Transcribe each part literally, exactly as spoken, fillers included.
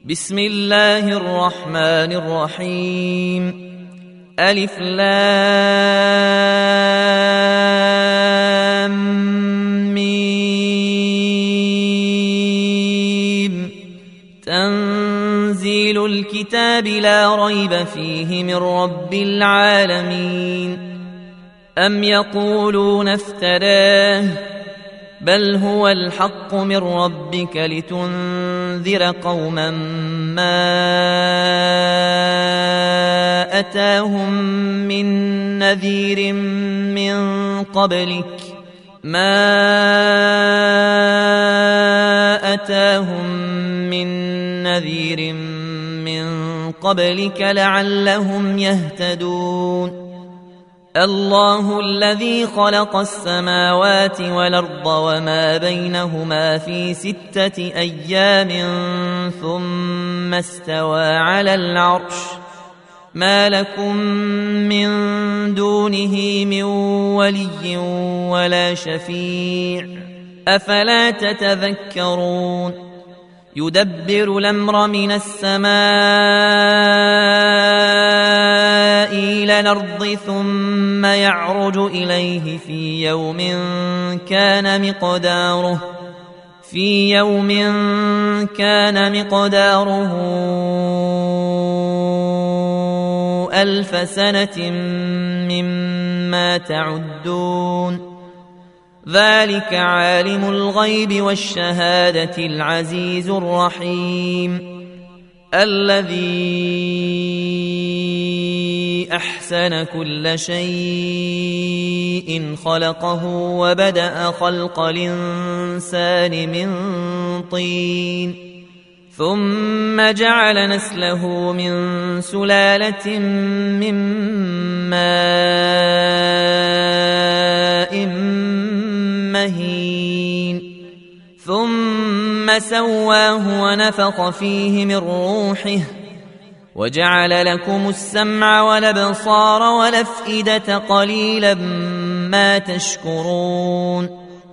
بسم الله الرحمن الرحيم. ألف لام ميم. تنزيل الكتاب لا ريب فيه من رب العالمين. أم يقولون افتراه بل هو الحق من ربك لتنذر قوما ما أتاهم من نذير من قبلك ما أتاهم من نذير من قبلك لعلهم يهتدون. الله الذي خلق السماوات والأرض وما بينهما في ستة أيام ثم استوى على العرش ما لكم من دونه من ولي ولا شفيع أفلا تتذكرون. يدبر الأمر من السماء إلى الأرض ثم يعرج إليه في يوم كان مقداره في يوم كان مقداره ألف سنة مما تعدون. ذلك عالم الغيب والشهادة العزيز الرحيم الذي أحسن كل شيء خلقه وبدأ خلق الإنسان من طين ثم جعل نسله من سلالة من ماء مهين ثم سواه ونفخ فيه من روحه وجعل لكم السمع والأبصار والأفئدة قليلا ما تشكرون.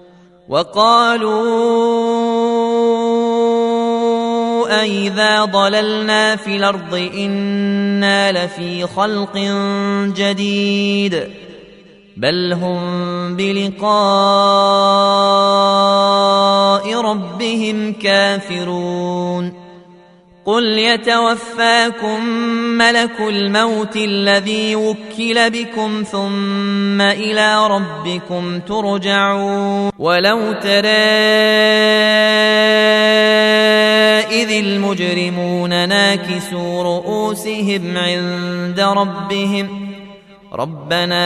وقالوا أئذا ضللنا في الأرض إنا لفي خلق جديد بل هم بلقاء ربهم كافرون. قل يتوفاكم ملك الموت الذي وكل بكم ثم إلى ربكم ترجعون. ولو ترى إذ المجرمون ناكسوا رؤوسهم عند ربهم ربنا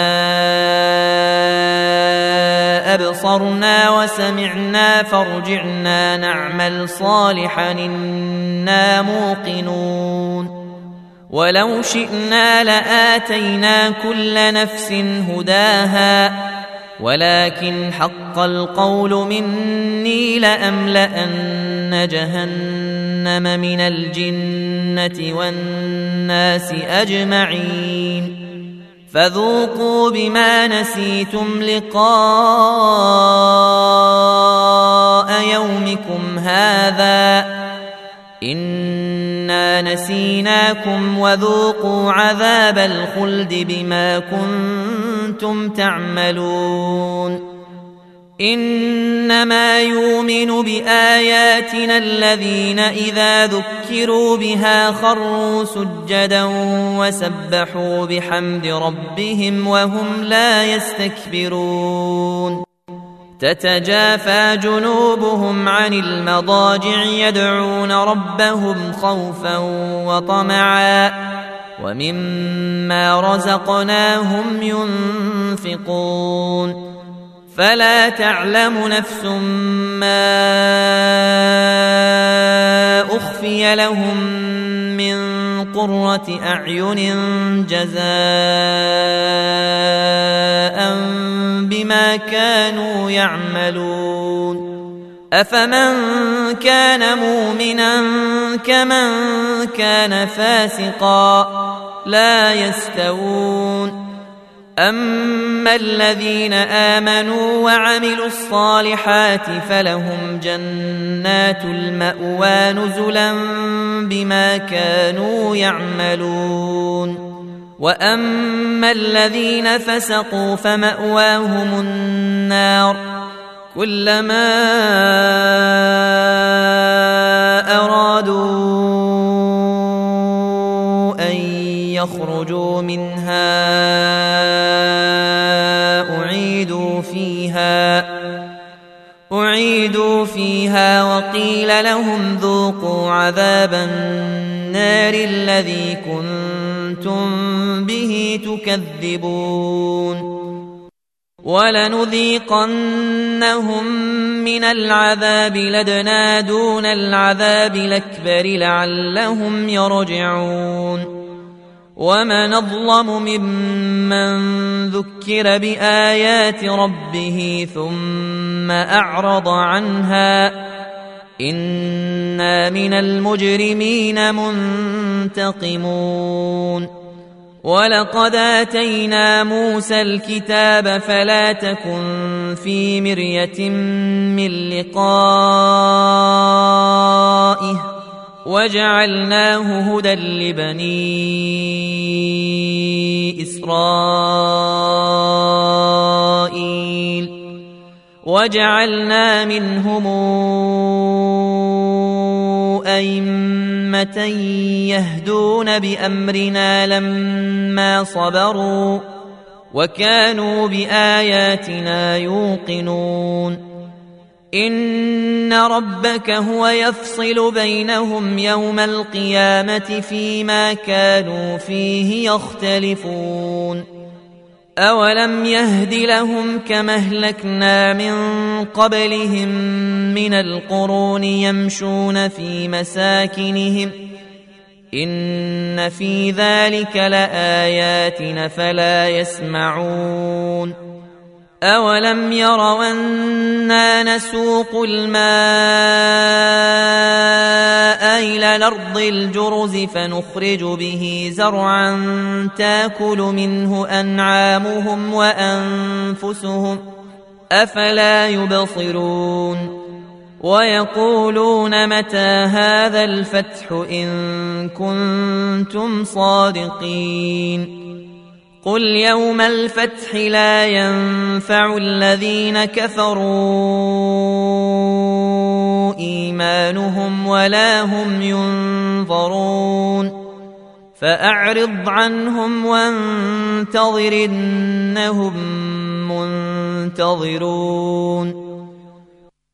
أبصرنا وسمعنا فارجعنا نعمل صالحا إنا موقنون. ولو شئنا لآتينا كل نفس هداها ولكن حق القول مني لأملأن جهنم من الجنة والناس أجمعين. فذوقوا بما نسيتم لقاء يومكم هذا إنا نسيناكم وذوقوا عذاب الخلد بما كنتم تعملون. إنما يؤمن بآياتنا الذين إذا ذكروا بها خروا سجدا وسبحوا بحمد ربهم وهم لا يستكبرون. تتجافى جنوبهم عن المضاجع يدعون ربهم خوفا وطمعا ومما رزقناهم ينفقون. فلا تعلم نفس ما أخفي لهم من قرة أعين جزاء بما كانوا يعملون. أفمن كان مؤمنا كمن كان فاسقا لا يستوون. أما الذين آمنوا وعملوا الصالحات فلهم جنات المأوى نزلا بما كانوا يعملون وأما الذين فسقوا فمأواهم النار كلما أرادوا أن يخرجوا منها أعيدوا فيها أعيدوا فيها وقيل لهم ذوقوا عذاب النار الذي كنتم به تكذبون ولنذيقنهم من العذاب الأدنى دون العذاب الأكبر لعلهم يرجعون ومن أظلم ممن ذكر بآيات ربه ثم أعرض عنها إنا من المجرمين منتقمون ولقد آتينا موسى الكتاب فلا تكن في مرية من لقائه وجعلناه هدى لبني إسرائيل وجعلنا منهم أئمة يهدون بأمرنا لما صبروا وكانوا بآياتنا يوقنون إن ربك هو يفصل بينهم يوم القيامة فيما كانوا فيه يختلفون أولم يهد لهم كما أهلكنا من قبلهم من القرون يمشون في مساكنهم إن في ذلك لآيات فلا يسمعون أولم يروا أنا نسوق الماء إلى الأرض الجرز فنخرج به زرعا تاكل منه أنعامهم وأنفسهم أفلا يبصرون ويقولون متى هذا الفتح إن كنتم صادقين قل يوم الفتح لا ينفع الذين كفروا إيمانهم ولا هم ينظرون فأعرض عنهم وانتظر إنهم منتظرون